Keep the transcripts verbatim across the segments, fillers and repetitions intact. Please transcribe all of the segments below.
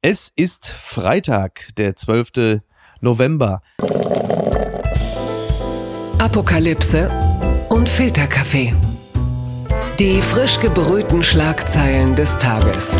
Es ist Freitag, der zwölfte November. Apokalypse und Filterkaffee. Die frisch gebrühten Schlagzeilen des Tages.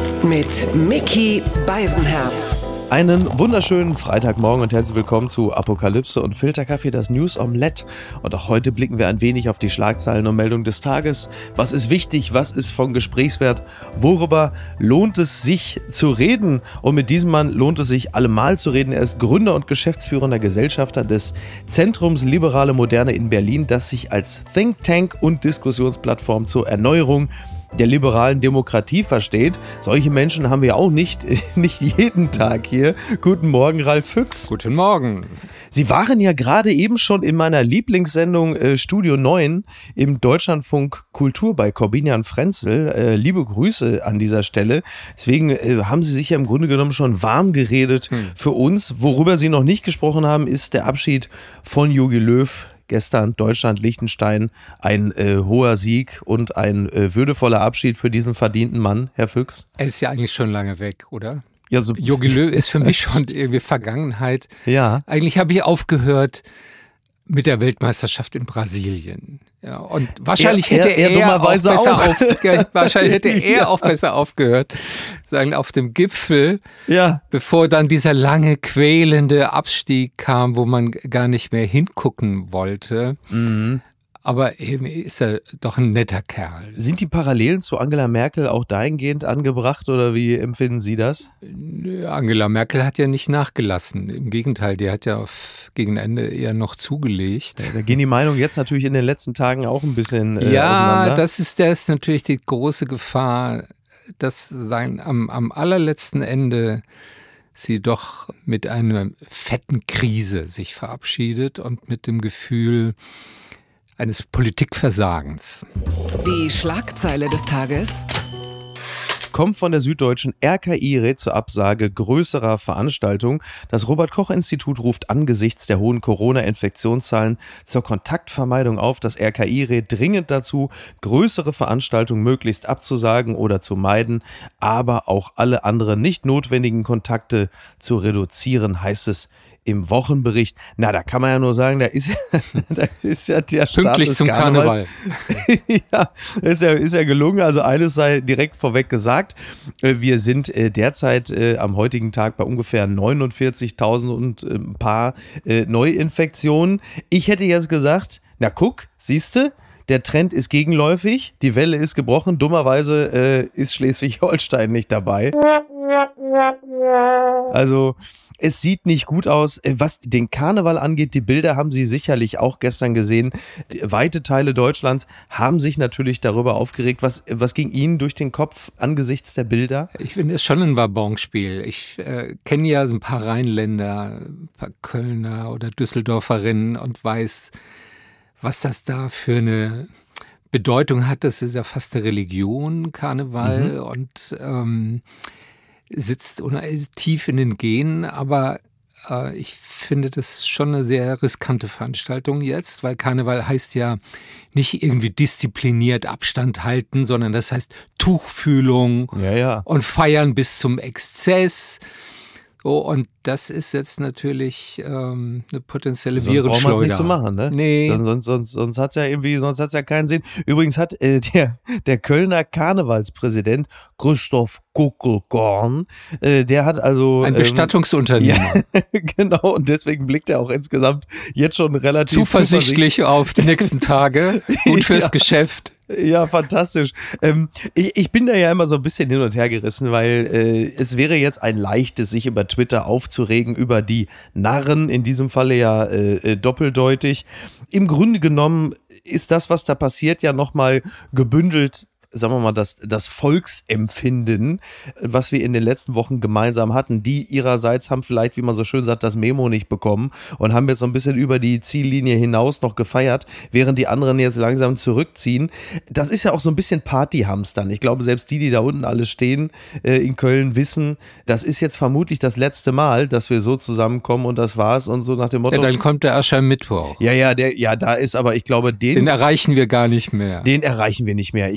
Mit Micky Beisenherz. Einen wunderschönen Freitagmorgen und herzlich willkommen zu Apokalypse und Filterkaffee, das News Omelette. Und auch heute blicken wir ein wenig auf die Schlagzeilen und Meldungen des Tages. Was ist wichtig? Was ist von Gesprächswert? Worüber lohnt es sich zu reden? Und mit diesem Mann lohnt es sich allemal zu reden. Er ist Gründer und geschäftsführender Gesellschafter des Zentrums Liberale Moderne in Berlin, das sich als Think Tank und Diskussionsplattform zur Erneuerung der liberalen Demokratie versteht. Solche Menschen haben wir auch nicht, nicht jeden Tag hier. Guten Morgen, Ralf Füchs. Guten Morgen. Sie waren ja gerade eben schon in meiner Lieblingssendung äh, Studio neun im Deutschlandfunk Kultur bei Corbinian Frenzel. Äh, liebe Grüße an dieser Stelle. Deswegen äh, haben Sie sich ja im Grunde genommen schon warm geredet hm. für uns. Worüber Sie noch nicht gesprochen haben, ist der Abschied von Jogi Löw. Gestern Deutschland-Liechtenstein, ein äh, hoher Sieg und ein äh, würdevoller Abschied für diesen verdienten Mann, Herr Füchs. Er ist ja eigentlich schon lange weg, oder? Ja, so Jogi Löw ist für mich schon irgendwie Vergangenheit. Ja. Eigentlich habe ich aufgehört mit der Weltmeisterschaft in Brasilien. Ja, und wahrscheinlich er, hätte er, er, er, auch besser auch. Aufge- wahrscheinlich hätte er ja. auch besser aufgehört, sagen auf dem Gipfel, ja. bevor dann dieser lange quälende Abstieg kam, wo man gar nicht mehr hingucken wollte. Mhm. Aber eben ist er doch ein netter Kerl. Sind die Parallelen zu Angela Merkel auch dahingehend angebracht oder wie empfinden Sie das? Angela Merkel hat ja nicht nachgelassen. Im Gegenteil, die hat ja auf, gegen Ende eher noch zugelegt. Ja, da gehen die Meinungen jetzt natürlich in den letzten Tagen auch ein bisschen äh, ja, auseinander. Ja, das ist, das ist natürlich die große Gefahr, dass sein, am, am allerletzten Ende sie doch mit einer fetten Krise sich verabschiedet und mit dem Gefühl eines Politikversagens. Die Schlagzeile des Tages kommt von der Süddeutschen. R K I rät zur Absage größerer Veranstaltungen. Das Robert-Koch-Institut ruft angesichts der hohen Corona-Infektionszahlen zur Kontaktvermeidung auf. Das R K I rät dringend dazu, größere Veranstaltungen möglichst abzusagen oder zu meiden, aber auch alle anderen nicht notwendigen Kontakte zu reduzieren, heißt es im Wochenbericht. Na, da kann man ja nur sagen, da ist, da ist ja der Start pünktlich des zum Karnevals. Karneval. ja, ist ja, ist ja gelungen. Also eines sei direkt vorweg gesagt. Wir sind derzeit am heutigen Tag bei ungefähr neunundvierzigtausend und ein paar Neuinfektionen. Ich hätte jetzt gesagt, na guck, siehste, der Trend ist gegenläufig, die Welle ist gebrochen. Dummerweise äh, ist Schleswig-Holstein nicht dabei. Also es sieht nicht gut aus. Was den Karneval angeht, die Bilder haben Sie sicherlich auch gestern gesehen. Weite Teile Deutschlands haben sich natürlich darüber aufgeregt. Was, was ging Ihnen durch den Kopf angesichts der Bilder? Ich finde es schon ein Wabonspiel. Ich äh, kenne ja so ein paar Rheinländer, ein paar Kölner oder Düsseldorferinnen und weiß, was das da für eine Bedeutung hat. Das ist ja fast eine Religion, Karneval, mhm. und ähm, sitzt tief in den Genen, aber äh, ich finde das schon eine sehr riskante Veranstaltung jetzt, weil Karneval heißt ja nicht irgendwie diszipliniert Abstand halten, sondern das heißt Tuchfühlung ja, ja. und feiern bis zum Exzess. Oh, und das ist jetzt natürlich ähm, eine potenzielle sonst Virenschleuder. Sonst braucht man es nicht zu machen, ne? Nee. Sonst, sonst, sonst hat es ja irgendwie, sonst hat's ja keinen Sinn. Übrigens hat äh, der, der Kölner Karnevalspräsident Christoph Kuckelkorn, äh, der hat also ein Bestattungsunternehmer. Ähm, ja, genau, und deswegen blickt er auch insgesamt jetzt schon relativ zuversichtlich auf die nächsten Tage. Gut fürs ja. Geschäft. Ja, fantastisch. Ähm, ich, ich bin da ja immer so ein bisschen hin und her gerissen, weil äh, es wäre jetzt ein leichtes, sich über Twitter aufzuregen, über die Narren, in diesem Falle ja äh, doppeldeutig. Im Grunde genommen ist das, was da passiert, ja nochmal gebündelt, sagen wir mal, das, das Volksempfinden, was wir in den letzten Wochen gemeinsam hatten. Die ihrerseits haben vielleicht, wie man so schön sagt, das Memo nicht bekommen und haben jetzt so ein bisschen über die Ziellinie hinaus noch gefeiert, während die anderen jetzt langsam zurückziehen. Das ist ja auch so ein bisschen Partyhamstern. Ich glaube, selbst die, die da unten alle stehen äh, in Köln, wissen, das ist jetzt vermutlich das letzte Mal, dass wir so zusammenkommen und das war's und so nach dem Motto. Ja, dann kommt der Aschermittwoch. Ja, ja, der, ja, da ist aber, ich glaube, den... Den erreichen wir gar nicht mehr. Den erreichen wir nicht mehr. Ich glaube, das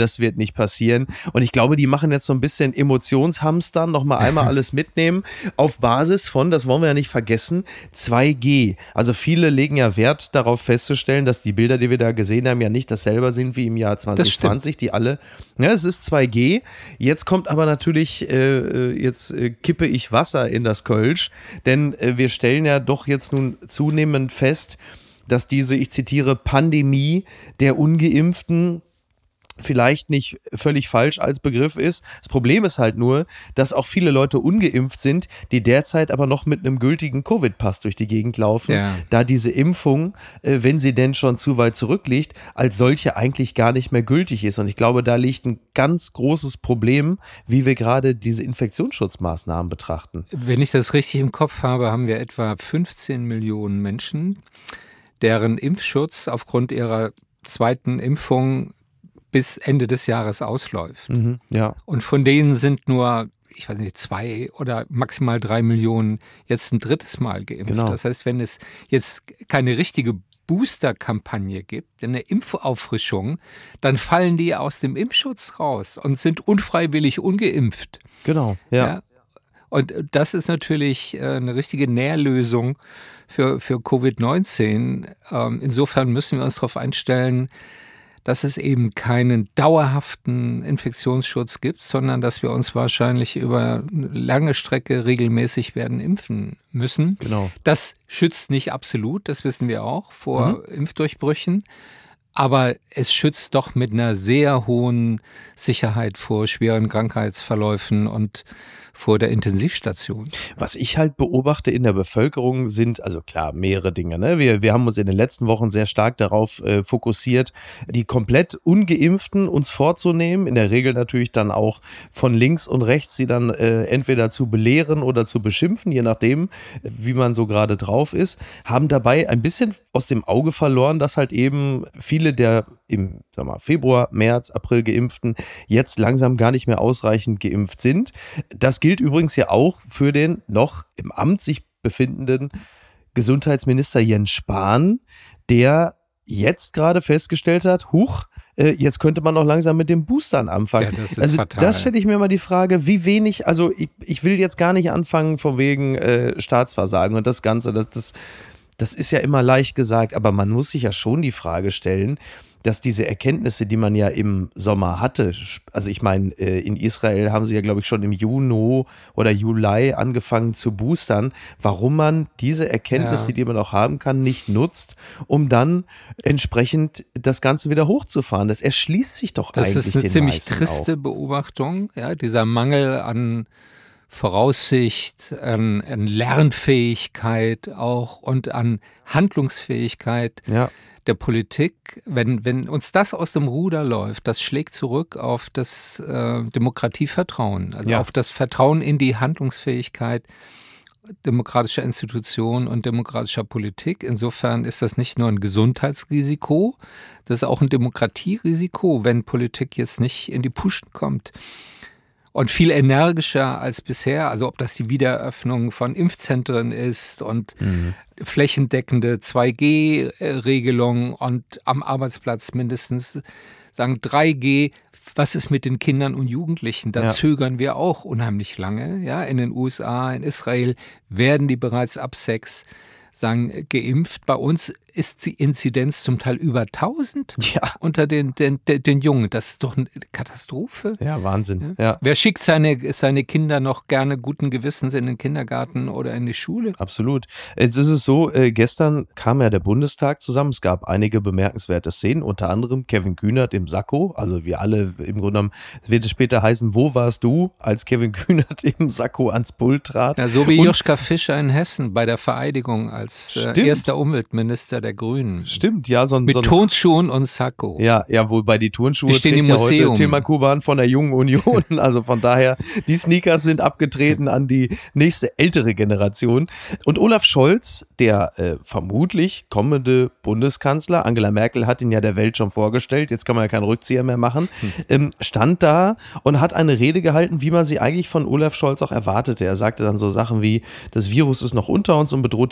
das wird nicht passieren. Und ich glaube, die machen jetzt so ein bisschen Emotionshamstern, nochmal einmal alles mitnehmen, auf Basis von, das wollen wir ja nicht vergessen, zwei G. Also viele legen ja Wert darauf festzustellen, dass die Bilder, die wir da gesehen haben, ja nicht dasselbe sind wie im Jahr zwanzig zwanzig, die alle, ja, es ist zwei G. Jetzt kommt aber natürlich, äh, jetzt äh, kippe ich Wasser in das Kölsch, denn äh, wir stellen ja doch jetzt nun zunehmend fest, dass diese, ich zitiere, Pandemie der Ungeimpften vielleicht nicht völlig falsch als Begriff ist. Das Problem ist halt nur, dass auch viele Leute ungeimpft sind, die derzeit aber noch mit einem gültigen Covid-Pass durch die Gegend laufen, ja. Da diese Impfung, äh, wenn sie denn schon zu weit zurückliegt, als solche eigentlich gar nicht mehr gültig ist. Und ich glaube, da liegt ein ganz großes Problem, wie wir gerade diese Infektionsschutzmaßnahmen betrachten. Wenn ich das richtig im Kopf habe, haben wir etwa fünfzehn Millionen Menschen, deren Impfschutz aufgrund ihrer zweiten Impfung bis Ende des Jahres ausläuft. Mhm, ja. Und von denen sind nur, ich weiß nicht, zwei oder maximal drei Millionen jetzt ein drittes Mal geimpft. Genau. Das heißt, wenn es jetzt keine richtige Booster-Kampagne gibt, eine Impfauffrischung, dann fallen die aus dem Impfschutz raus und sind unfreiwillig ungeimpft. Genau, ja. ja? Und das ist natürlich eine richtige Nährlösung für, für Covid neunzehn. Insofern müssen wir uns darauf einstellen, dass es eben keinen dauerhaften Infektionsschutz gibt, sondern dass wir uns wahrscheinlich über eine lange Strecke regelmäßig werden impfen müssen. Genau. Das schützt nicht absolut, das wissen wir auch, vor mhm. Impfdurchbrüchen. Aber es schützt doch mit einer sehr hohen Sicherheit vor schweren Krankheitsverläufen und vor der Intensivstation. Was ich halt beobachte in der Bevölkerung sind, also klar, mehrere Dinge. Ne? Wir, wir haben uns in den letzten Wochen sehr stark darauf äh, fokussiert, die komplett Ungeimpften uns vorzunehmen. In der Regel natürlich dann auch von links und rechts, sie dann äh, entweder zu belehren oder zu beschimpfen, je nachdem, wie man so gerade drauf ist. Haben dabei ein bisschen aus dem Auge verloren, dass halt eben viele der im sag mal, Februar, März, April Geimpften jetzt langsam gar nicht mehr ausreichend geimpft sind. Das gilt übrigens ja auch für den noch im Amt sich befindenden Gesundheitsminister Jens Spahn, der jetzt gerade festgestellt hat, huch, äh, jetzt könnte man noch langsam mit den Boostern anfangen. Ja, das ist also fatal. Das stelle ich mir mal die Frage, wie wenig, also ich, ich will jetzt gar nicht anfangen von wegen äh, Staatsversagen und das Ganze, das, das, das ist ja immer leicht gesagt, aber man muss sich ja schon die Frage stellen, dass diese Erkenntnisse, die man ja im Sommer hatte, also ich meine, in Israel haben sie ja, glaube ich, schon im Juni oder Juli angefangen zu boostern, warum man diese Erkenntnisse, ja. die man auch haben kann, nicht nutzt, um dann entsprechend das Ganze wieder hochzufahren. Das erschließt sich doch das eigentlich Das ist eine den ziemlich triste auch. Beobachtung, ja, dieser Mangel an Voraussicht, an, an Lernfähigkeit auch und an Handlungsfähigkeit. Ja. Der Politik, wenn, wenn uns das aus dem Ruder läuft, das schlägt zurück auf das äh, Demokratievertrauen, also ja. auf das Vertrauen in die Handlungsfähigkeit demokratischer Institutionen und demokratischer Politik. Insofern ist das nicht nur ein Gesundheitsrisiko, das ist auch ein Demokratierisiko, wenn Politik jetzt nicht in die Puschen kommt. Und viel energischer als bisher, also ob das die Wiedereröffnung von Impfzentren ist und mhm. flächendeckende zwei G Regelung und am Arbeitsplatz mindestens sagen drei G. Was ist mit den Kindern und Jugendlichen? Da ja. zögern wir auch unheimlich lange. Ja, in den U S A, in Israel werden die bereits ab sechs sagen, geimpft. Bei uns ist die Inzidenz zum Teil über tausend ja. unter den, den, den, den Jungen. Das ist doch eine Katastrophe. Ja, Wahnsinn. Ja. Ja. Wer schickt seine, seine Kinder noch gerne guten Gewissens in den Kindergarten oder in die Schule? Absolut. Jetzt ist es so, äh, gestern kam ja der Bundestag zusammen. Es gab einige bemerkenswerte Szenen, unter anderem Kevin Kühnert im Sakko. Also wir alle im Grunde genommen, es wird es später heißen, wo warst du, als Kevin Kühnert im Sakko ans Pult trat? Ja, so wie Und, Joschka Fischer in Hessen bei der Vereidigung als äh, erster Umweltminister der Grünen. Stimmt, ja. So, Mit so Turnschuhen und Sakko. Ja, ja, wobei die Turnschuhe die stehen im ja Museum. heute Thema Kuban von der Jungen Union. Also von daher, die Sneakers sind abgetreten an die nächste ältere Generation. Und Olaf Scholz, der äh, vermutlich kommende Bundeskanzler, Angela Merkel hat ihn ja der Welt schon vorgestellt, jetzt kann man ja keinen Rückzieher mehr machen, hm. ähm, stand da und hat eine Rede gehalten, wie man sie eigentlich von Olaf Scholz auch erwartete. Er sagte dann so Sachen wie, das Virus ist noch unter uns und bedroht die Gesundheit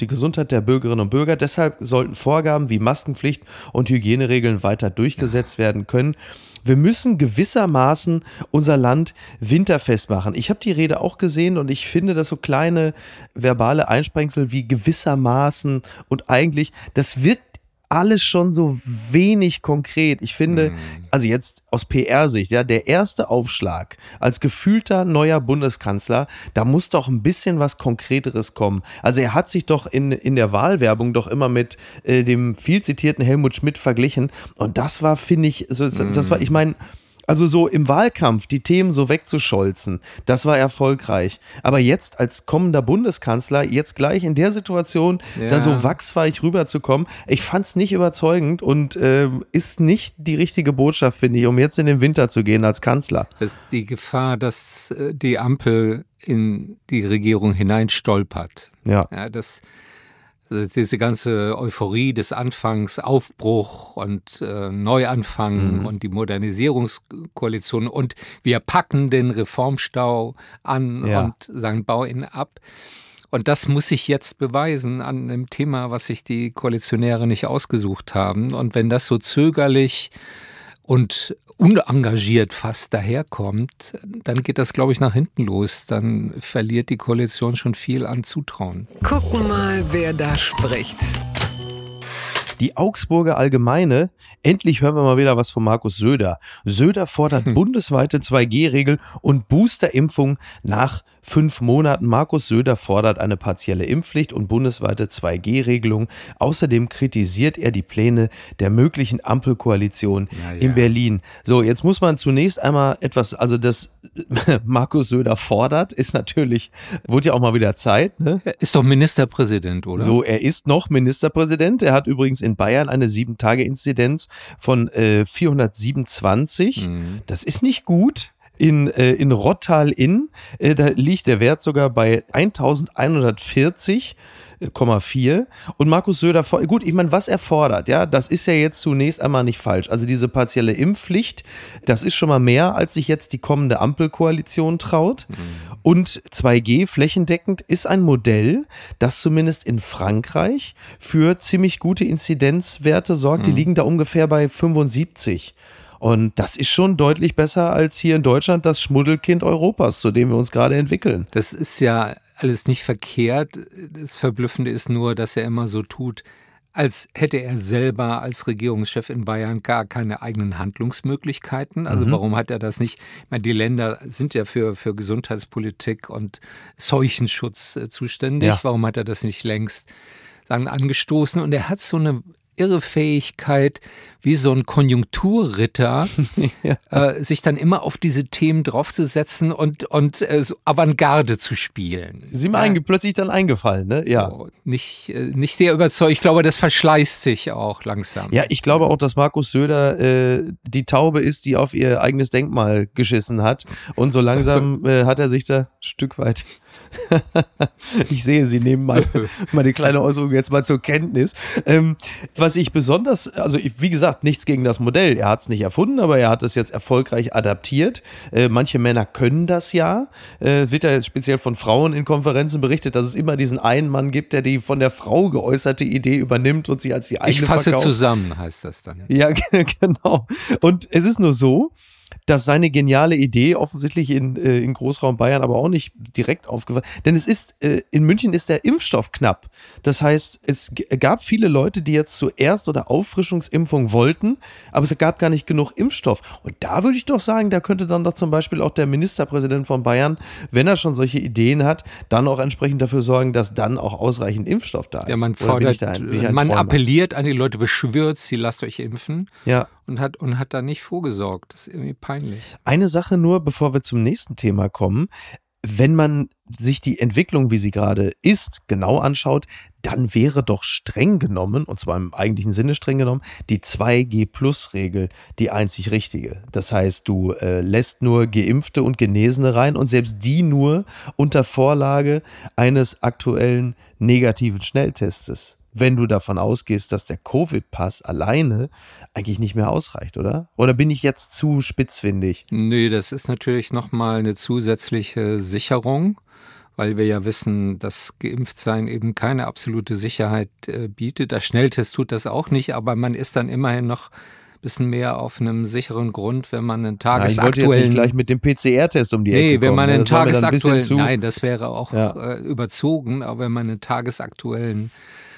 Gesundheit der Bürgerinnen und Bürger. Deshalb sollten Vorgaben wie Maskenpflicht und Hygieneregeln weiter durchgesetzt werden können. Wir müssen gewissermaßen unser Land winterfest machen. Ich habe die Rede auch gesehen und ich finde, dass so kleine verbale Einsprengsel wie gewissermaßen und eigentlich, das wirkt alles schon so wenig konkret. Ich finde, also jetzt aus P R-Sicht, ja, der erste Aufschlag als gefühlter neuer Bundeskanzler, da muss doch ein bisschen was Konkreteres kommen. Also er hat sich doch in, in der Wahlwerbung doch immer mit äh, dem viel zitierten Helmut Schmidt verglichen und das war, finde ich, so, das war, ich meine, also so im Wahlkampf die Themen so wegzuscholzen, das war erfolgreich. Aber jetzt als kommender Bundeskanzler, jetzt gleich in der Situation, ja. da so wachsweich rüberzukommen, ich fand es nicht überzeugend und äh, ist nicht die richtige Botschaft, finde ich, um jetzt in den Winter zu gehen als Kanzler. Das ist die Gefahr, dass die Ampel in die Regierung hineinstolpert. Ja. Ja, das Also diese ganze Euphorie des Anfangs, Aufbruch und äh, Neuanfang mhm. und die Modernisierungskoalition und wir packen den Reformstau an ja. und sagen, bau ihn ab. Und das muss sich jetzt beweisen an einem Thema, was sich die Koalitionäre nicht ausgesucht haben. Und wenn das so zögerlich und unengagiert fast daherkommt, dann geht das, glaube ich, nach hinten los. Dann verliert die Koalition schon viel an Zutrauen. Gucken mal, wer da spricht. Die Augsburger Allgemeine, endlich hören wir mal wieder was von Markus Söder. Söder fordert hm. bundesweite zwei G Regel und Boosterimpfung nach fünf Monaten. Markus Söder fordert eine partielle Impfpflicht und bundesweite zwei G Regelung. Außerdem kritisiert er die Pläne der möglichen Ampelkoalition ja, ja. in Berlin. So, jetzt muss man zunächst einmal etwas, also das Markus Söder fordert, ist natürlich, wurde ja auch mal wieder Zeit. Ne? Er ist doch Ministerpräsident, oder? So, er ist noch Ministerpräsident. Er hat übrigens in Bayern eine sieben Tage Inzidenz von äh, vierhundertsiebenundzwanzig. Mhm. Das ist nicht gut. In, äh, in Rottal-Inn, äh, da liegt der Wert sogar bei elfhundertvierzig Komma vier. Und Markus Söder, gut, ich meine, was er fordert, ja, das ist ja jetzt zunächst einmal nicht falsch. Also diese partielle Impfpflicht, das ist schon mal mehr, als sich jetzt die kommende Ampelkoalition traut. Mhm. Und zwei G flächendeckend ist ein Modell, das zumindest in Frankreich für ziemlich gute Inzidenzwerte sorgt. Mhm. Die liegen da ungefähr bei fünfundsiebzig. Und das ist schon deutlich besser als hier in Deutschland das Schmuddelkind Europas, zu dem wir uns gerade entwickeln. Das ist ja alles nicht verkehrt. Das Verblüffende ist nur, dass er immer so tut, als hätte er selber als Regierungschef in Bayern gar keine eigenen Handlungsmöglichkeiten. Also mhm. warum hat er das nicht? Ich meine, die Länder sind ja für, für Gesundheitspolitik und Seuchenschutz äh, zuständig. Ja. Warum hat er das nicht längst sagen, angestoßen? Und er hat so eine irre Fähigkeit, wie so ein Konjunkturritter, ja. äh, sich dann immer auf diese Themen draufzusetzen und, und äh, so Avantgarde zu spielen. Ist ihm ja. plötzlich dann eingefallen, ne? Ja. So, nicht, äh, nicht sehr überzeugt. Ich glaube, das verschleißt sich auch langsam. Ja, ich glaube auch, dass Markus Söder äh, die Taube ist, die auf ihr eigenes Denkmal geschissen hat. Und so langsam äh, hat er sich da ein Stück weit ich sehe, Sie nehmen meine, meine kleine Äußerung jetzt mal zur Kenntnis. Ähm, was ich besonders, also ich, wie gesagt, nichts gegen das Modell. Er hat es nicht erfunden, aber er hat es jetzt erfolgreich adaptiert. Äh, manche Männer können das ja. Äh, wird ja jetzt speziell von Frauen in Konferenzen berichtet, dass es immer diesen einen Mann gibt, der die von der Frau geäußerte Idee übernimmt und sie als die eigene Ich fasse verkauft. Zusammen, heißt das dann. Ja, genau. Und es ist nur so, dass seine geniale Idee offensichtlich in, äh, in Großraum Bayern aber auch nicht direkt aufgefallen ist. Denn es ist, äh, in München ist der Impfstoff knapp. Das heißt, es g- gab viele Leute, die jetzt zuerst oder Auffrischungsimpfung wollten, aber es gab gar nicht genug Impfstoff. Und da würde ich doch sagen, da könnte dann doch zum Beispiel auch der Ministerpräsident von Bayern, wenn er schon solche Ideen hat, dann auch entsprechend dafür sorgen, dass dann auch ausreichend Impfstoff da ist. Ja, man fordert, da, man appelliert an die Leute, beschwört sie, lasst euch impfen. Ja. Und hat, und hat da nicht vorgesorgt. Das ist irgendwie peinlich. Eine Sache nur, bevor wir zum nächsten Thema kommen. Wenn man sich die Entwicklung, wie sie gerade ist, genau anschaut, dann wäre doch streng genommen, und zwar im eigentlichen Sinne streng genommen, die zwei G Plus Regel die einzig richtige. Das heißt, du äh, lässt nur Geimpfte und Genesene rein und selbst die nur unter Vorlage eines aktuellen negativen Schnelltestes. Wenn du davon ausgehst, dass der Covid-Pass alleine eigentlich nicht mehr ausreicht, oder? Oder bin ich jetzt zu spitzfindig? Nee, das ist natürlich nochmal eine zusätzliche Sicherung, weil wir ja wissen, dass Geimpftsein eben keine absolute Sicherheit äh, bietet. Der Schnelltest tut das auch nicht, aber man ist dann immerhin noch ein bisschen mehr auf einem sicheren Grund, wenn man einen tagesaktuellen... Ja, ich wollte jetzt nicht gleich mit dem P C R-Test um die nee, Ecke wenn kommen. man einen Das war mir dann ein bisschen tagesaktuellen... zu- Nein, das wäre auch Ja. äh, überzogen, aber wenn man einen tagesaktuellen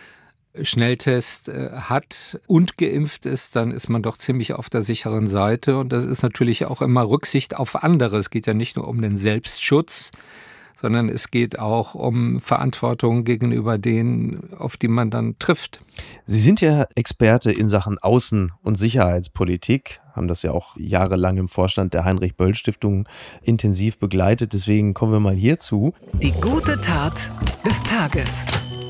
Schnelltest äh, hat und geimpft ist, dann ist man doch ziemlich auf der sicheren Seite. Und das ist natürlich auch immer Rücksicht auf andere. Es geht ja nicht nur um den Selbstschutz, sondern es geht auch um Verantwortung gegenüber denen, auf die man dann trifft. Sie sind ja Experte in Sachen Außen- und Sicherheitspolitik, haben das ja auch jahrelang im Vorstand der Heinrich-Böll-Stiftung intensiv begleitet. Deswegen kommen wir mal hierzu. Die gute Tat des Tages.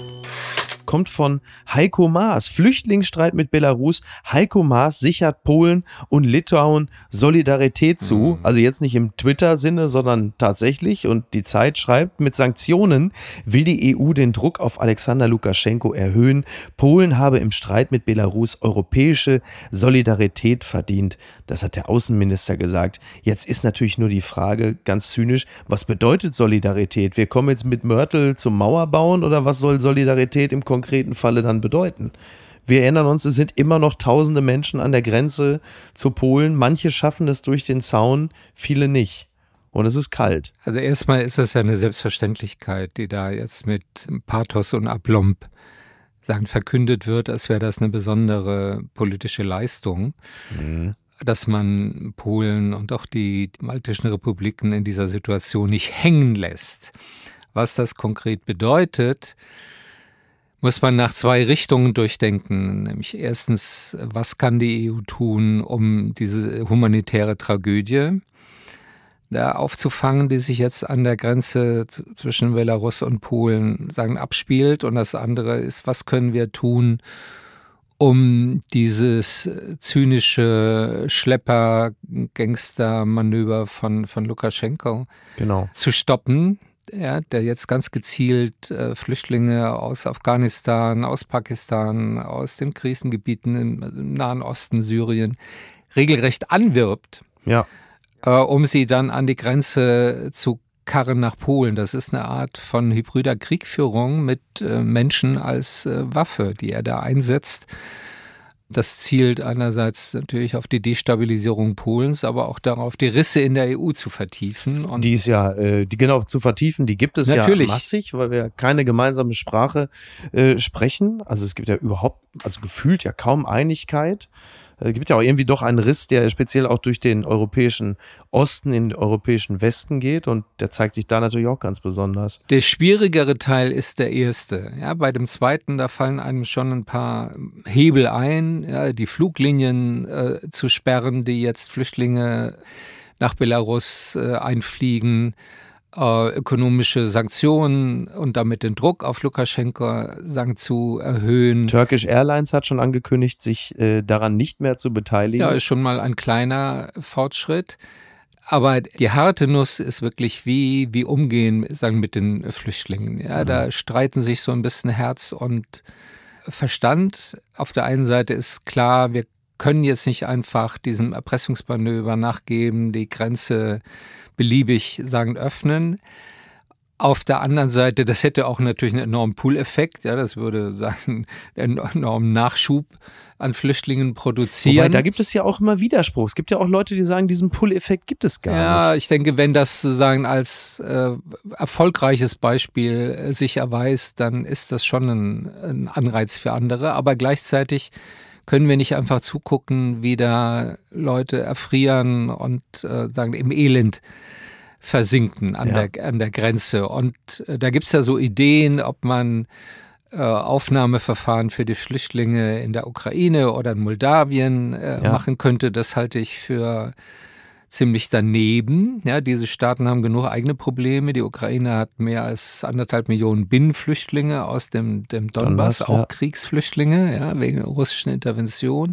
Kommt von Heiko Maas. Flüchtlingsstreit mit Belarus. Heiko Maas sichert Polen und Litauen Solidarität zu. Mhm. Also jetzt nicht im Twitter-Sinne, sondern tatsächlich. Und die Zeit schreibt, mit Sanktionen will die E U den Druck auf Alexander Lukaschenko erhöhen. Polen habe im Streit mit Belarus europäische Solidarität verdient. Das hat der Außenminister gesagt. Jetzt ist natürlich nur die Frage, ganz zynisch, was bedeutet Solidarität? Wir kommen jetzt mit Mörtel zum Mauerbauen oder was soll Solidarität im konkreten Falle dann bedeuten? Wir erinnern uns, es sind immer noch tausende Menschen an der Grenze zu Polen. Manche schaffen es durch den Zaun, viele nicht. Und es ist kalt. Also erstmal ist das ja eine Selbstverständlichkeit, die da jetzt mit Pathos und Aplomb sagen, verkündet wird, als wäre das eine besondere politische Leistung, Mhm. dass man Polen und auch die baltischen Republiken in dieser Situation nicht hängen lässt. Was das konkret bedeutet, muss man nach zwei Richtungen durchdenken. Nämlich erstens, was kann die E U tun, um diese humanitäre Tragödie da aufzufangen, die sich jetzt an der Grenze z- zwischen Belarus und Polen sagen, abspielt. Und das andere ist, was können wir tun, um dieses zynische Schlepper-Gangster-Manöver von, von Lukaschenko Genau. zu stoppen, ja, der jetzt ganz gezielt äh, Flüchtlinge aus Afghanistan, aus Pakistan, aus den Krisengebieten im, im Nahen Osten, Syrien regelrecht anwirbt, Ja. äh, um sie dann an die Grenze zu karren nach Polen. Das ist eine Art von hybrider Kriegführung mit äh, Menschen als äh, Waffe, die er da einsetzt. Das zielt einerseits natürlich auf die Destabilisierung Polens, aber auch darauf, die Risse in der E U zu vertiefen. Und Die ist ja, äh, die genau zu vertiefen, die gibt es Natürlich. ja massig, weil wir keine gemeinsame Sprache äh, sprechen. Also es gibt ja überhaupt, also gefühlt ja kaum Einigkeit. Es gibt ja auch irgendwie doch einen Riss, der speziell auch durch den europäischen Osten in den europäischen Westen geht und der zeigt sich da natürlich auch ganz besonders. der schwierigere Teil ist der erste. Ja, bei dem zweiten, da fallen einem schon ein paar Hebel ein, ja, die Fluglinien äh, zu sperren, die jetzt Flüchtlinge nach Belarus äh, einfliegen, äh, ökonomische Sanktionen und damit den Druck auf Lukaschenko sagen, zu erhöhen. Turkish Airlines hat schon angekündigt, sich äh, daran nicht mehr zu beteiligen. Ja, ist schon mal ein kleiner Fortschritt. Aber die harte Nuss ist wirklich, wie, wie umgehen sagen, mit den Flüchtlingen. Ja, da streiten sich so ein bisschen Herz und Verstand. Auf der einen Seite ist klar, wir können jetzt nicht einfach diesem Erpressungsmanöver nachgeben, die Grenze beliebig sagen, öffnen. Auf der anderen Seite, das hätte auch natürlich einen enormen Pull-Effekt, ja, das würde sagen, einen enormen Nachschub an Flüchtlingen produzieren. Wobei, da gibt es ja auch immer Widerspruch. Es gibt ja auch Leute, die sagen, diesen Pull-Effekt gibt es gar Ja, nicht. ich denke, wenn das sozusagen als äh, erfolgreiches Beispiel äh, sich erweist, dann ist das schon ein, ein Anreiz für andere. Aber gleichzeitig können wir nicht einfach zugucken, wie da Leute erfrieren und äh, sagen im Elend versinken an, Ja. der, an der Grenze. Und äh, da gibt es ja so Ideen, ob man äh, Aufnahmeverfahren für die Flüchtlinge in der Ukraine oder in Moldawien äh, Ja. machen könnte. Das halte ich für ziemlich daneben. Ja, diese Staaten haben genug eigene Probleme. Die Ukraine hat mehr als anderthalb Millionen Binnenflüchtlinge aus dem, dem Donbass, Donbass, auch ja. Kriegsflüchtlinge, ja, wegen russischen Intervention.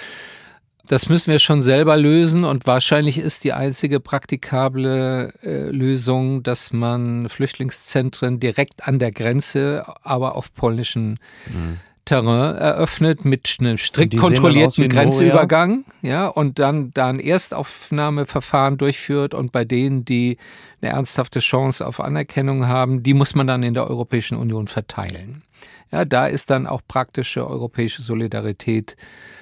Das müssen wir schon selber lösen und wahrscheinlich ist die einzige praktikable äh, Lösung, dass man Flüchtlingszentren direkt an der Grenze, aber auf polnischem Terrain eröffnet mit einem strikt Und die sehen dann aus wie kontrollierten in Grenzübergang. ja, und dann da ein Erstaufnahmeverfahren durchführt und bei denen, die eine ernsthafte Chance auf Anerkennung haben, die muss man dann in der Europäischen Union verteilen. Ja, da ist dann auch praktische europäische Solidarität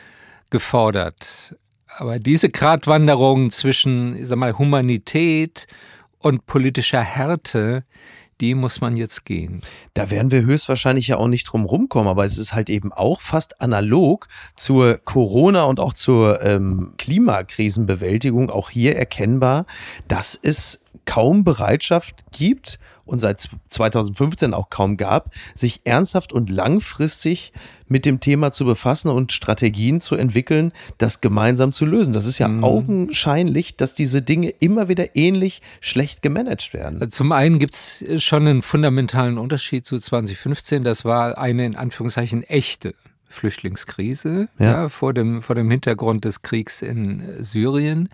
gefordert. Aber diese Gratwanderung zwischen, ich sag mal, Humanität und politischer Härte, die muss man jetzt gehen. Da werden wir höchstwahrscheinlich ja auch nicht drum rumkommen, aber es ist halt eben auch fast analog zur Corona- und auch zur ähm, Klimakrisenbewältigung auch hier erkennbar, dass es kaum Bereitschaft gibt und seit zweitausendfünfzehn auch kaum gab, sich ernsthaft und langfristig mit dem Thema zu befassen und Strategien zu entwickeln, das gemeinsam zu lösen. Das ist ja mhm. augenscheinlich, dass diese Dinge immer wieder ähnlich schlecht gemanagt werden. Zum einen gibt es schon einen fundamentalen Unterschied zu zweitausendfünfzehn. Das war eine in Anführungszeichen echte Flüchtlingskrise, ja. Ja, vor dem, vor dem Hintergrund des Kriegs in Syrien.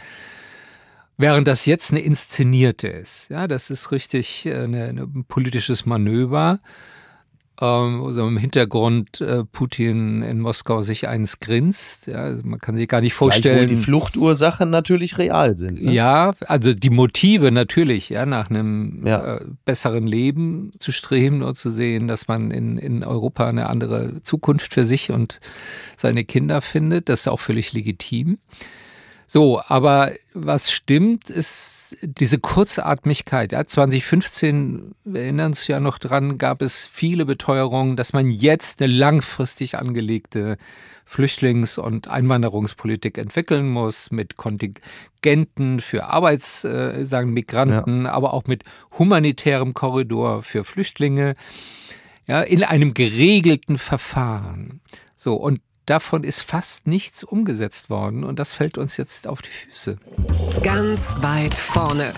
Während das jetzt eine inszenierte ist. Ja, das ist richtig eine, ein politisches Manöver. Ähm, also im Hintergrund äh, Putin in Moskau sich eins grinst. Ja, also man kann sich gar nicht vorstellen. Gleichwohl die Fluchtursachen natürlich real sind. Ne? Ja, also die Motive natürlich, ja, nach einem ja. äh, besseren Leben zu streben und zu sehen, dass man in, in Europa eine andere Zukunft für sich und seine Kinder findet. Das ist auch völlig legitim. So, aber was stimmt, ist diese Kurzatmigkeit. Ja, zweitausendfünfzehn, wir erinnern uns ja noch dran, gab es viele Beteuerungen, dass man jetzt eine langfristig angelegte Flüchtlings- und Einwanderungspolitik entwickeln muss, mit Kontingenten für Arbeits, äh, sagen Migranten, ja. aber auch mit humanitärem Korridor für Flüchtlinge, ja, in einem geregelten Verfahren. So, und davon ist fast nichts umgesetzt worden und das fällt uns jetzt auf die Füße. Ganz weit vorne.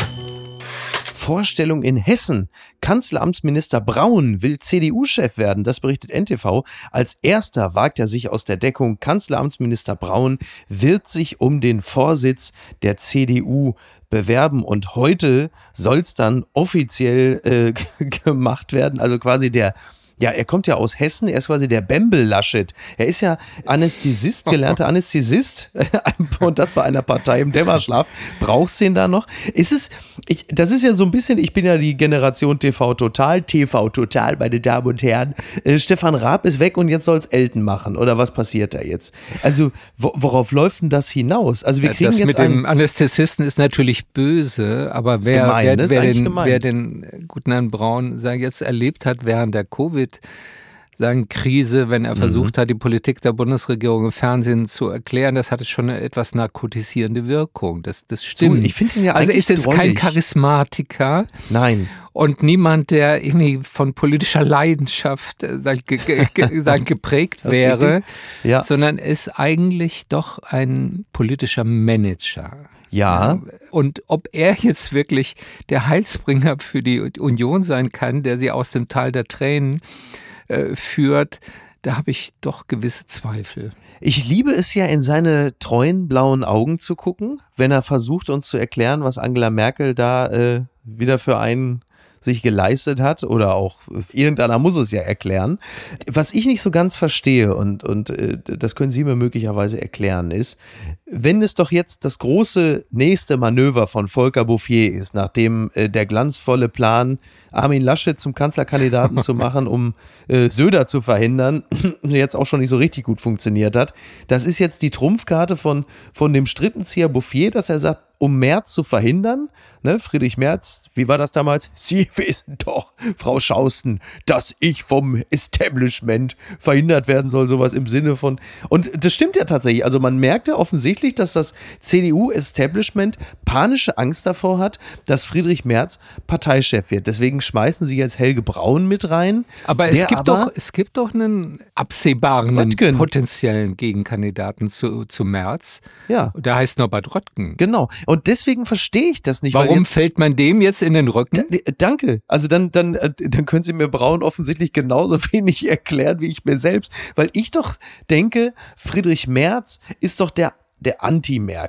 Vorstellung in Hessen. Kanzleramtsminister Braun will C D U-Chef werden, das berichtet N T V. Als erster wagt er sich aus der Deckung. Kanzleramtsminister Braun wird sich um den Vorsitz der C D U bewerben und heute soll es dann offiziell äh, gemacht werden, also quasi der Ja, er kommt ja aus Hessen, er ist quasi der Bembel Laschet. Er ist ja Anästhesist, gelernter Anästhesist und das bei einer Partei im Dämmerschlaf. Brauchst du den da noch? Ist es, ich, das ist ja so ein bisschen, ich bin ja die Generation T V Total, T V Total, meine Damen und Herren. Äh, Stefan Raab ist weg und jetzt soll es Elton machen oder was passiert da jetzt? Also wo, worauf läuft denn das hinaus? Also wir kriegen das jetzt mit dem Anästhesisten ist natürlich böse, aber wer, gemein, wer, wer, den, wer den guten Herrn Braun sagen, jetzt erlebt hat während der Covid sagen Krise, wenn er versucht mhm. hat, die Politik der Bundesregierung im Fernsehen zu erklären, das hatte schon eine etwas narkotisierende Wirkung. Das, das stimmt. So, ich finde ihn ja also ist jetzt drollig. Kein Charismatiker. Nein. Und niemand, der irgendwie von politischer Leidenschaft äh, sagen, ge, ge, ge, sagen, geprägt wäre, ja. sondern ist eigentlich doch ein politischer Manager. Ja. Und ob er jetzt wirklich der Heilsbringer für die Union sein kann, der sie aus dem Tal der Tränen äh, führt, da habe ich doch gewisse Zweifel. Ich liebe es ja, in seine treuen blauen Augen zu gucken, wenn er versucht, uns zu erklären, was Angela Merkel da äh, wieder für einen sich geleistet hat oder auch irgendeiner muss es ja erklären. Was ich nicht so ganz verstehe und, und äh, das können Sie mir möglicherweise erklären, ist, wenn es doch jetzt das große nächste Manöver von Volker Bouffier ist, nachdem äh, der glanzvolle Plan, Armin Laschet zum Kanzlerkandidaten zu machen, um äh, Söder zu verhindern, jetzt auch schon nicht so richtig gut funktioniert hat. Das ist jetzt die Trumpfkarte von, von dem Strippenzieher Bouffier, dass er sagt, um Merz zu verhindern, ne, Friedrich Merz, wie war das damals? Sie wissen doch, Frau Schausten, dass ich vom Establishment verhindert werden soll, sowas im Sinne von, und das stimmt ja tatsächlich, also man merkte offensichtlich, dass das C D U-Establishment panische Angst davor hat, dass Friedrich Merz Parteichef wird, deswegen schmeißen sie jetzt Helge Braun mit rein. Aber es, gibt, aber doch, es gibt doch einen absehbaren, Röttgen. potenziellen Gegenkandidaten zu, zu Merz, ja. Der heißt Norbert Röttgen. Genau. Und deswegen verstehe ich das nicht. Warum jetzt, fällt man dem jetzt in den Rücken? D- danke. Also dann, dann, dann können Sie mir Braun offensichtlich genauso wenig erklären, wie ich mir selbst. Weil ich doch denke, Friedrich Merz ist doch der, der Anti-Merkel.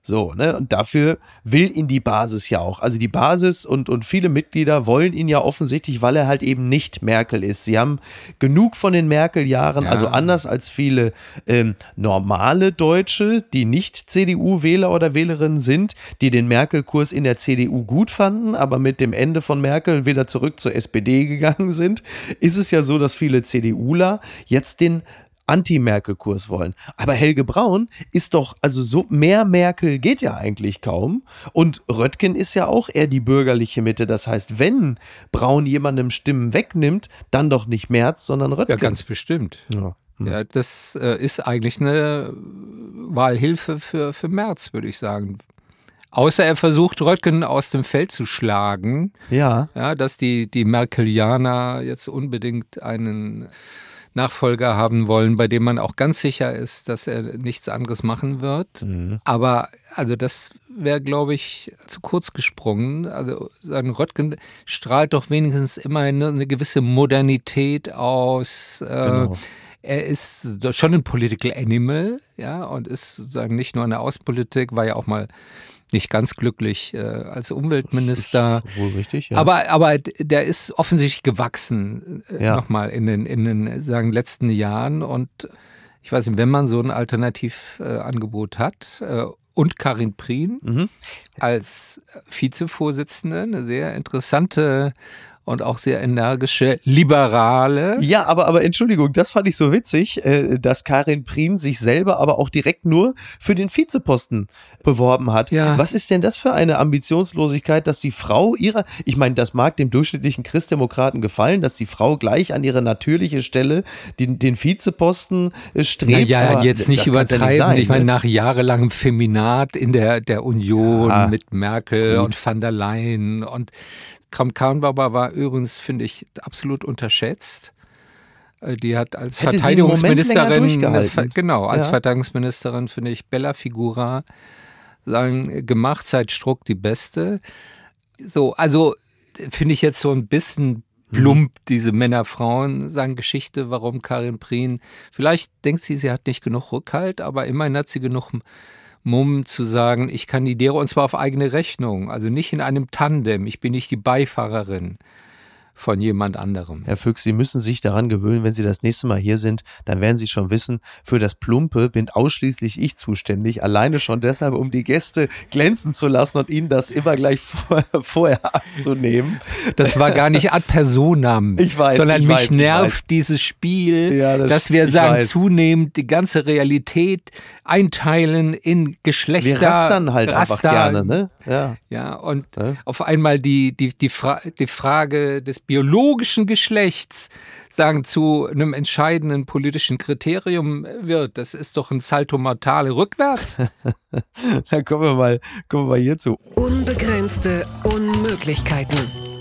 So, ne? Und dafür will ihn die Basis ja auch. Also die Basis und, und viele Mitglieder wollen ihn ja offensichtlich, weil er halt eben nicht Merkel ist. Sie haben genug von den Merkel-Jahren, Ja. also anders als viele ähm, normale Deutsche, die nicht C D U-Wähler oder Wählerinnen sind, die den Merkel-Kurs in der C D U gut fanden, aber mit dem Ende von Merkel wieder zurück zur S P D gegangen sind, ist es ja so, dass viele CDUler jetzt den Anti-Merkel-Kurs wollen. Aber Helge Braun ist doch, also so mehr Merkel geht ja eigentlich kaum. Und Röttgen ist ja auch eher die bürgerliche Mitte. Das heißt, wenn Braun jemandem Stimmen wegnimmt, dann doch nicht Merz, sondern Röttgen. Ja, ganz bestimmt. Ja. Hm. Ja, das äh, ist eigentlich eine Wahlhilfe für, für Merz, würde ich sagen. Außer er versucht, Röttgen aus dem Feld zu schlagen. Ja. Ja, dass die, die Merkelianer jetzt unbedingt einen Nachfolger haben wollen, bei dem man auch ganz sicher ist, dass er nichts anderes machen wird. Mhm. Aber also das wäre, glaube ich, zu kurz gesprungen. Also sagen, Röttgen strahlt doch wenigstens immer eine, eine gewisse Modernität aus. Äh, Genau. Er ist schon ein Political Animal, ja, und ist sozusagen nicht nur in der Außenpolitik, war ja auch mal nicht ganz glücklich äh, als Umweltminister. Das ist wohl richtig, ja. Aber, aber der ist offensichtlich gewachsen, äh, Ja. nochmal in den, in den sagen, letzten Jahren. Und ich weiß nicht, wenn man so ein Alternativangebot äh, hat äh, und Karin Prien Mhm. als Vizevorsitzende, eine sehr interessante und auch sehr energische Liberale. Ja, aber, aber Entschuldigung, das fand ich so witzig, äh, dass Karin Prien sich selber aber auch direkt nur für den Vizeposten beworben hat. Ja. Was ist denn das für eine Ambitionslosigkeit, dass die Frau ihrer, ich meine, das mag dem durchschnittlichen Christdemokraten gefallen, dass die Frau gleich an ihre natürliche Stelle den, den Vizeposten äh, strebt. Naja, aber jetzt nicht das kann's ja übertreiben. sein, ich meine, ne? nach jahrelangem Feminat in der, der Union Ja, mit Merkel gut. und van der Leyen und Kramp-Karrenbauer war übrigens, finde ich, absolut unterschätzt. Äh, Die hat als Hätte sie einen Moment länger Verteidigungsministerin, durchgehalten. Ver- genau, als Ja. Verteidigungsministerin finde ich Bella Figura sagen, gemacht seit Struck die Beste. So, also finde ich jetzt so ein bisschen plump, diese Männer-Frauen-Sagen-Geschichte, warum Karin Prien, vielleicht denkt sie, sie hat nicht genug Rückhalt, aber immerhin hat sie genug Mumm zu sagen, ich kandidiere und zwar auf eigene Rechnung, also nicht in einem Tandem, ich bin nicht die Beifahrerin von jemand anderem. Herr Füchs, Sie müssen sich daran gewöhnen, wenn Sie das nächste Mal hier sind, dann werden Sie schon wissen, für das Plumpe bin ausschließlich ich zuständig, alleine schon deshalb, um die Gäste glänzen zu lassen und ihnen das immer gleich vor, vorher abzunehmen. Das war gar nicht ad personam, Ich weiß, sondern ich mich weiß, ich nervt weiß. dieses Spiel, Ja, das- dass wir ich sagen, weiß. zunehmend die ganze Realität einteilen in Geschlechter. Wir rastern halt einfach Raster. gerne, ne? Ja. Ja, und Ja. auf einmal die, die, die, Fra die Frage des biologischen Geschlechts sagen zu einem entscheidenden politischen Kriterium wird. Das ist doch ein Salto mortale rückwärts. Dann kommen wir mal, kommen wir mal hierzu. Unbegrenzte Unmöglichkeiten.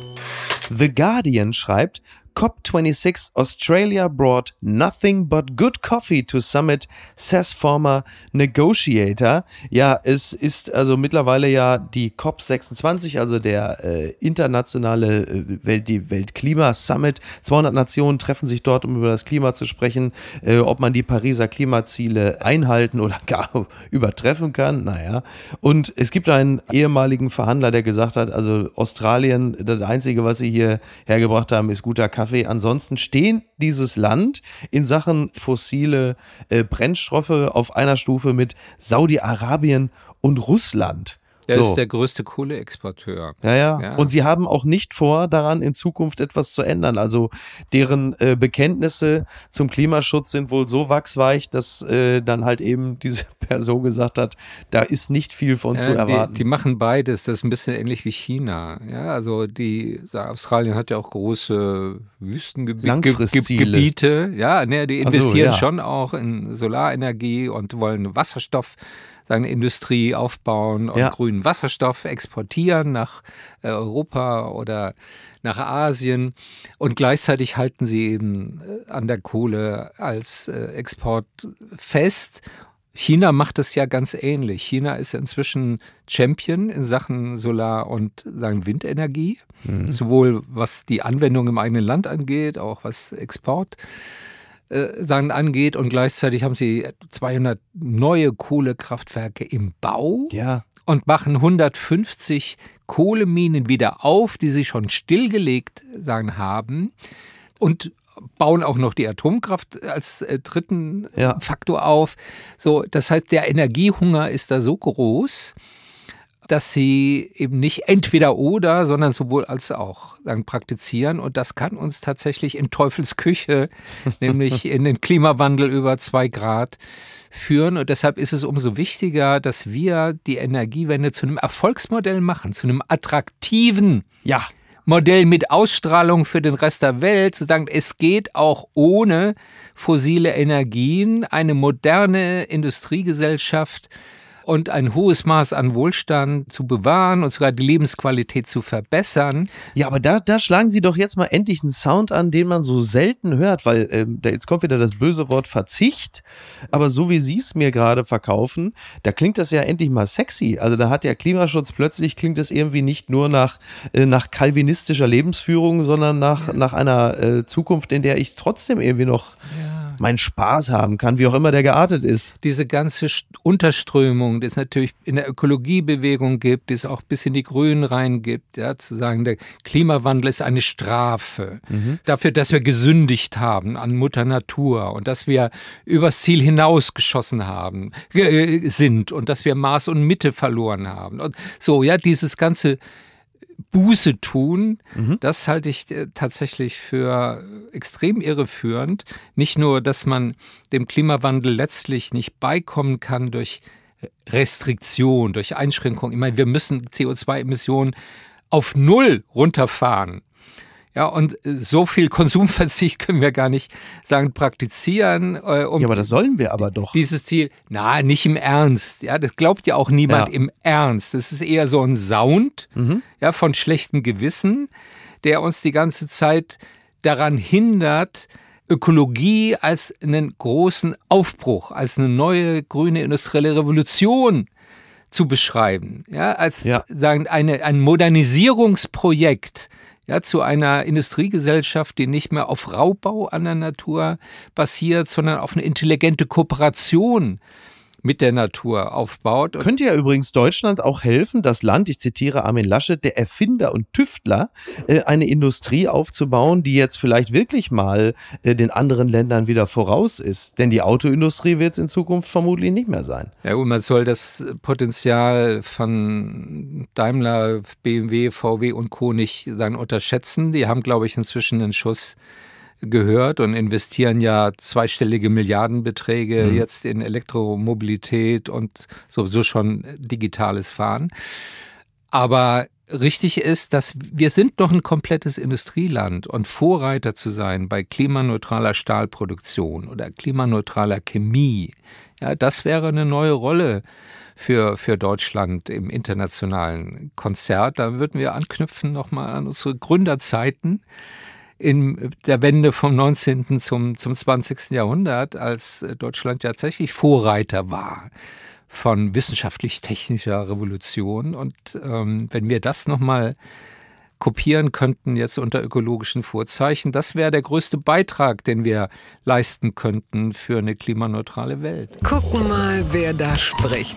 The Guardian schreibt, C O P sechsundzwanzig Australia brought nothing but good coffee to summit, says former negotiator. Ja, es ist also mittlerweile ja die C O P sechsundzwanzig, also der äh, internationale äh, Welt, die Weltklima-Summit. zweihundert Nationen treffen sich dort, um über das Klima zu sprechen, äh, ob man die Pariser Klimaziele einhalten oder gar übertreffen kann. Naja, und es gibt einen ehemaligen Verhandler, der gesagt hat, also Australien, das Einzige, was sie hier hergebracht haben, ist guter Kaffee. Ansonsten stehen dieses Land in Sachen fossile äh, Brennstoffe auf einer Stufe mit Saudi-Arabien und Russland. Der So. ist der größte Kohleexporteur. Ja, ja, Ja. Und sie haben auch nicht vor, daran in Zukunft etwas zu ändern. Also deren äh, Bekenntnisse zum Klimaschutz sind wohl so wachsweich, dass äh, dann halt eben diese Person gesagt hat, da ist nicht viel von zu Ja, erwarten. die, die machen beides. Das ist ein bisschen ähnlich wie China. Ja, also die Australien hat ja auch große Wüstengebiete. Langfristziele. Gebiete. Ja, ne, die Ach so, investieren ja. schon auch in Solarenergie und wollen Wasserstoff, sagen Industrie aufbauen und Ja. grünen Wasserstoff exportieren nach äh, Europa oder nach Asien. Und gleichzeitig halten sie eben äh, an der Kohle als äh, Export fest. China macht es ja ganz ähnlich. China ist inzwischen Champion in Sachen Solar- und sagen Windenergie, sowohl was die Anwendung im eigenen Land angeht, auch was Export äh, sagen, angeht. Und gleichzeitig haben sie zweihundert neue Kohlekraftwerke im Bau Ja. und machen hundertfünfzig Kohleminen wieder auf, die sie schon stillgelegt sagen, haben. Und bauen auch noch die Atomkraft als äh, dritten Ja. Faktor auf. So, das heißt, der Energiehunger ist da so groß, dass sie eben nicht entweder oder, sondern sowohl als auch sagen, praktizieren. Und das kann uns tatsächlich in Teufels Küche, nämlich in den Klimawandel über zwei Grad führen. Und deshalb ist es umso wichtiger, dass wir die Energiewende zu einem Erfolgsmodell machen, zu einem attraktiven Ja. Modell mit Ausstrahlung für den Rest der Welt, zu sagen, es geht auch ohne fossile Energien, eine moderne Industriegesellschaft und ein hohes Maß an Wohlstand zu bewahren und sogar die Lebensqualität zu verbessern. Ja, aber da, da schlagen Sie doch jetzt mal endlich einen Sound an, den man so selten hört, weil ähm, da jetzt kommt wieder das böse Wort Verzicht, aber so wie Sie es mir gerade verkaufen, da klingt das ja endlich mal sexy. Also da hat der Klimaschutz plötzlich, klingt es irgendwie nicht nur nach, äh, nach calvinistischer Lebensführung, sondern nach, ja. nach einer äh, Zukunft, in der ich trotzdem irgendwie noch ja. meinen Spaß haben kann, wie auch immer der geartet ist. Diese ganze Unterströmung, die es natürlich in der Ökologiebewegung gibt, die es auch bis in die Grünen rein gibt, ja, zu sagen, der Klimawandel ist eine Strafe mhm. dafür, dass wir gesündigt haben an Mutter Natur und dass wir übers Ziel hinausgeschossen haben, äh, sind und dass wir Maß und Mitte verloren haben. Und so, ja, dieses ganze Buße tun, mhm. das halte ich äh, tatsächlich für extrem irreführend. Nicht nur, dass man dem Klimawandel letztlich nicht beikommen kann durch Restriktion, durch Einschränkung. Ich meine, wir müssen C O zwei Emissionen auf Null runterfahren. Ja, und so viel Konsumverzicht können wir gar nicht sagen, praktizieren. Äh, um ja, aber das sollen wir aber doch. Dieses Ziel, na, nicht im Ernst. Ja, das glaubt ja auch niemand ja. im Ernst. Das ist eher so ein Sound mhm. ja, von schlechtem Gewissen, der uns die ganze Zeit daran hindert, Ökologie als einen großen Aufbruch, als eine neue grüne industrielle Revolution zu beschreiben. Ja, als ja. sagen eine, ein Modernisierungsprojekt, ja, zu einer Industriegesellschaft, die nicht mehr auf Raubbau an der Natur basiert, sondern auf eine intelligente Kooperation mit der Natur aufbaut. Und könnte ja übrigens Deutschland auch helfen, das Land, ich zitiere Armin Laschet, der Erfinder und Tüftler, äh, eine Industrie aufzubauen, die jetzt vielleicht wirklich mal äh, den anderen Ländern wieder voraus ist. Denn die Autoindustrie wird es in Zukunft vermutlich nicht mehr sein. Ja, und man soll das Potenzial von Daimler, B M W, V W und Co. nicht sagen, unterschätzen. Die haben, glaube ich, inzwischen einen Schuss gehört und investieren ja zweistellige Milliardenbeträge mhm. jetzt in Elektromobilität und sowieso schon digitales Fahren. Aber richtig ist, dass wir sind noch ein komplettes Industrieland und Vorreiter zu sein bei klimaneutraler Stahlproduktion oder klimaneutraler Chemie, ja, das wäre eine neue Rolle für, für Deutschland im internationalen Konzert. Da würden wir anknüpfen nochmal an unsere Gründerzeiten in der Wende vom neunzehnten zum, zum zwanzigsten Jahrhundert, als Deutschland tatsächlich Vorreiter war von wissenschaftlich-technischer Revolution. Und ähm, wenn wir das nochmal kopieren könnten, jetzt unter ökologischen Vorzeichen, das wäre der größte Beitrag, den wir leisten könnten für eine klimaneutrale Welt. Gucken mal, wer da spricht.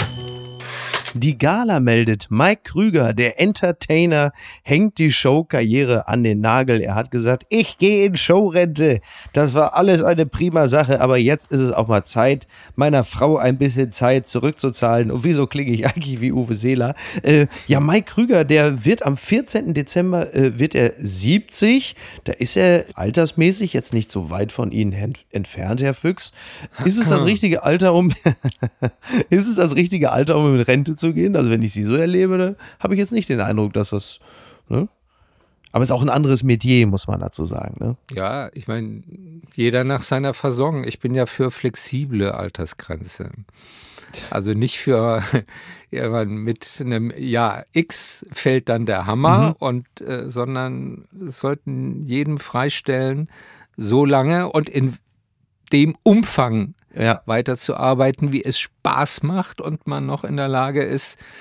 Die Gala meldet, Mike Krüger, der Entertainer, hängt die Showkarriere an den Nagel. Er hat gesagt, ich gehe in Showrente. Das war alles eine prima Sache, aber jetzt ist es auch mal Zeit, meiner Frau ein bisschen Zeit zurückzuzahlen. Und wieso klinge ich eigentlich wie Uwe Seeler? Äh, ja, Mike Krüger, der wird am vierzehnten Dezember äh, wird er siebzig. Da ist er altersmäßig jetzt nicht so weit von Ihnen ent- entfernt, Herr Füchs. Ist es das richtige Alter, um ist es das richtige Alter, um in Rente zu gehen? Also wenn ich sie so erlebe, da habe ich jetzt nicht den Eindruck, dass das, ne? Aber es ist auch ein anderes Metier, muss man dazu sagen, ne? Ja, ich meine, jeder nach seiner Fasson. Ich bin ja für flexible Altersgrenze. Also nicht für, ja, mit einem Jahr X fällt dann der Hammer, mhm. und äh, sondern es sollten jedem freistellen, so lange und in dem Umfang ja. weiterzuarbeiten, wie es Spaß macht und man noch in der Lage ist,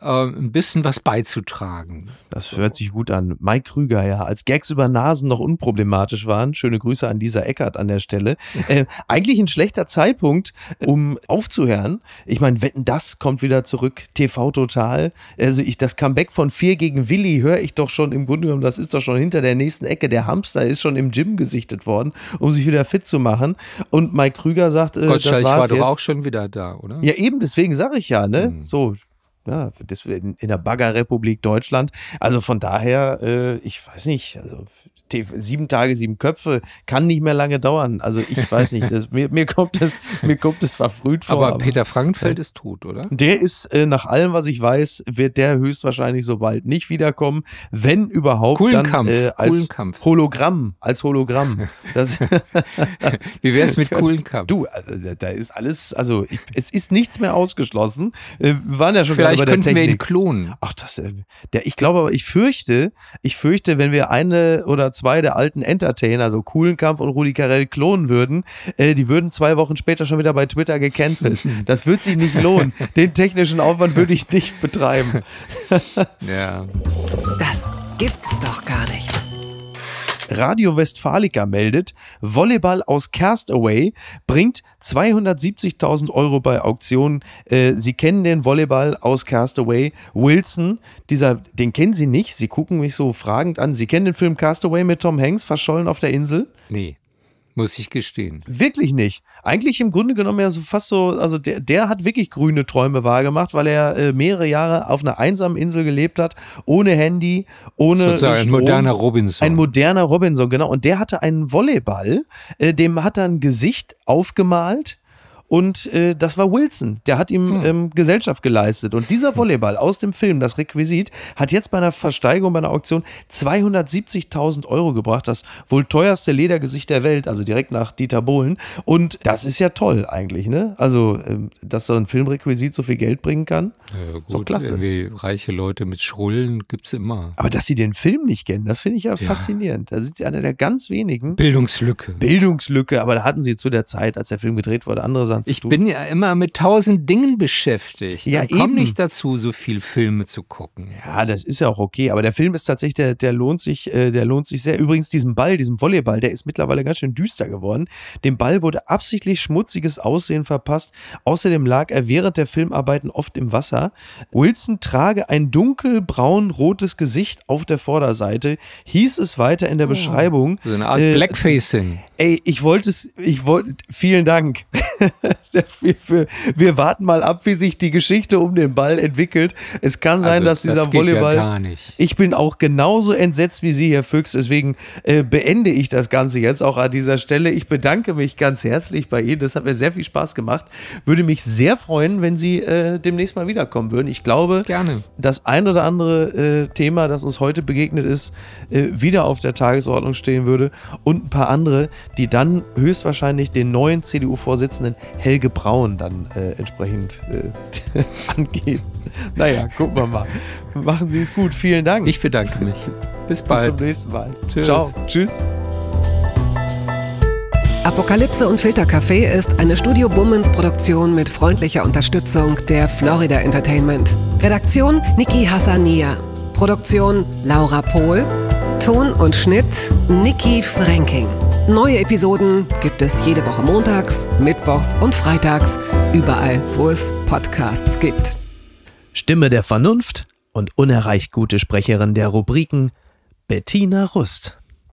äh, ein bisschen was beizutragen. Das hört sich gut an. Mike Krüger, ja, als Gags über Nasen noch unproblematisch waren. Schöne Grüße an Lisa Eckert an der Stelle. Äh, eigentlich ein schlechter Zeitpunkt, um aufzuhören. Ich meine, Wetten, das kommt wieder zurück. T V Total. Also ich, das Comeback von Vier gegen Willi höre ich doch schon im Grunde genommen, das ist doch schon hinter der nächsten Ecke. Der Hamster ist schon im Gym gesichtet worden, um sich wieder fit zu machen. Und Mike Krüger sagt, äh, das war's ich war doch jetzt. auch schon wieder da, oder? Ja, eben, deswegen sage ich ja, ne? Hm. So. Ja, deswegen in der Baggerrepublik Deutschland. Also von daher, äh, ich weiß nicht, also sieben Tage, sieben Köpfe kann nicht mehr lange dauern. Also ich weiß nicht, das, mir, mir kommt das, mir kommt das verfrüht vor. Aber, aber Peter Frankenfeld ja. ist tot, oder? Der ist, äh, nach allem, was ich weiß, wird der höchstwahrscheinlich so bald nicht wiederkommen. Wenn überhaupt, Coolen dann Kampf, äh, als coolen Kampf. Hologramm, als Hologramm. Das, das, Wie wär's mit coolen Kampf? Du, also, da ist alles, also ich, es ist nichts mehr ausgeschlossen. Äh, wir waren ja schon Vielleicht gerade bei der könnten Technik. wir ihn klonen. Ach, das, äh, der, ich glaube aber, ich fürchte, ich fürchte, wenn wir eine oder zwei der alten Entertainer, so Kuhlenkampf und Rudi Carrell klonen würden, äh, die würden zwei Wochen später schon wieder bei Twitter gecancelt. Das wird sich nicht lohnen. Den technischen Aufwand würde ich nicht betreiben. Ja. Das gibt's doch gar nicht. Radio Westfalica meldet, Volleyball aus Castaway bringt zweihundertsiebzigtausend Euro bei Auktionen. Äh, Sie kennen den Volleyball aus Castaway. Wilson, dieser, den kennen Sie nicht. Sie gucken mich so fragend an. Sie kennen den Film Castaway mit Tom Hanks, verschollen auf der Insel? Nee, muss ich gestehen. Wirklich nicht. Eigentlich im Grunde genommen ja so fast so, also der, der hat wirklich grüne Träume wahrgemacht, weil er äh, mehrere Jahre auf einer einsamen Insel gelebt hat, ohne Handy, ohne Sozusagen Strom. ein moderner Robinson. Ein moderner Robinson, genau. Und der hatte einen Volleyball, äh, dem hat er ein Gesicht aufgemalt. Und äh, das war Wilson, der hat ihm hm. ähm, Gesellschaft geleistet. Und dieser Volleyball aus dem Film, das Requisit, hat jetzt bei einer Versteigerung, bei einer Auktion zweihundertsiebzigtausend Euro gebracht. Das wohl teuerste Ledergesicht der Welt, also direkt nach Dieter Bohlen. Und das ist ja toll eigentlich, ne? Also, ähm, dass so ein Filmrequisit so viel Geld bringen kann, ja, gut, so klasse. Irgendwie reiche Leute mit Schrullen gibt es immer. Aber dass sie den Film nicht kennen, das finde ich ja, Ja. faszinierend. Da sind sie einer der ganz wenigen. Bildungslücke. Bildungslücke, aber da hatten sie zu der Zeit, als der Film gedreht wurde, andere Sachen zu Ich tun. bin ja immer mit tausend Dingen beschäftigt. Ja, Ich komme eben. nicht dazu, so viel Filme zu gucken. Ja, das ist ja auch okay, aber der Film ist tatsächlich, der, der lohnt sich, äh, der lohnt sich sehr. Übrigens, diesen Ball, diesen Volleyball, der ist mittlerweile ganz schön düster geworden. Dem Ball wurde absichtlich schmutziges Aussehen verpasst. Außerdem lag er während der Filmarbeiten oft im Wasser. Wilson trage ein dunkelbraun-rotes Gesicht auf der Vorderseite, hieß es weiter in der Beschreibung. So eine Art Äh, Blackfacing. Ey, ich wollte es, ich wollte, vielen Dank. wir, wir, wir warten mal ab, wie sich die Geschichte um den Ball entwickelt. Es kann sein, Also, dass dieser das geht Volleyball. Ja gar nicht. Ich bin auch genauso entsetzt wie Sie, Herr Füchs. Deswegen äh, beende ich das Ganze jetzt auch an dieser Stelle. Ich bedanke mich ganz herzlich bei Ihnen. Das hat mir sehr viel Spaß gemacht. Würde mich sehr freuen, wenn Sie äh, demnächst mal wiederkommen würden. Ich glaube, Gerne. das ein oder andere äh, Thema, das uns heute begegnet ist, äh, wieder auf der Tagesordnung stehen würde und ein paar andere, die dann höchstwahrscheinlich den neuen C D U-Vorsitzenden Helge Braun dann äh, entsprechend äh, angehen. Naja, gucken wir mal. Machen Sie es gut. Vielen Dank. Ich bedanke mich. Bis Bis bald. zum nächsten Mal. Tschüss. Ciao. Tschüss. Apokalypse und Filtercafé ist eine Studio Bummens Produktion mit freundlicher Unterstützung der Florida Entertainment. Redaktion Niki Hassania. Produktion Laura Pohl. Ton und Schnitt Niki Fränking. Neue Episoden gibt es jede Woche montags, mittwochs und freitags, überall, wo es Podcasts gibt. Stimme der Vernunft und unerreicht gute Sprecherin der Rubriken Bettina Rust.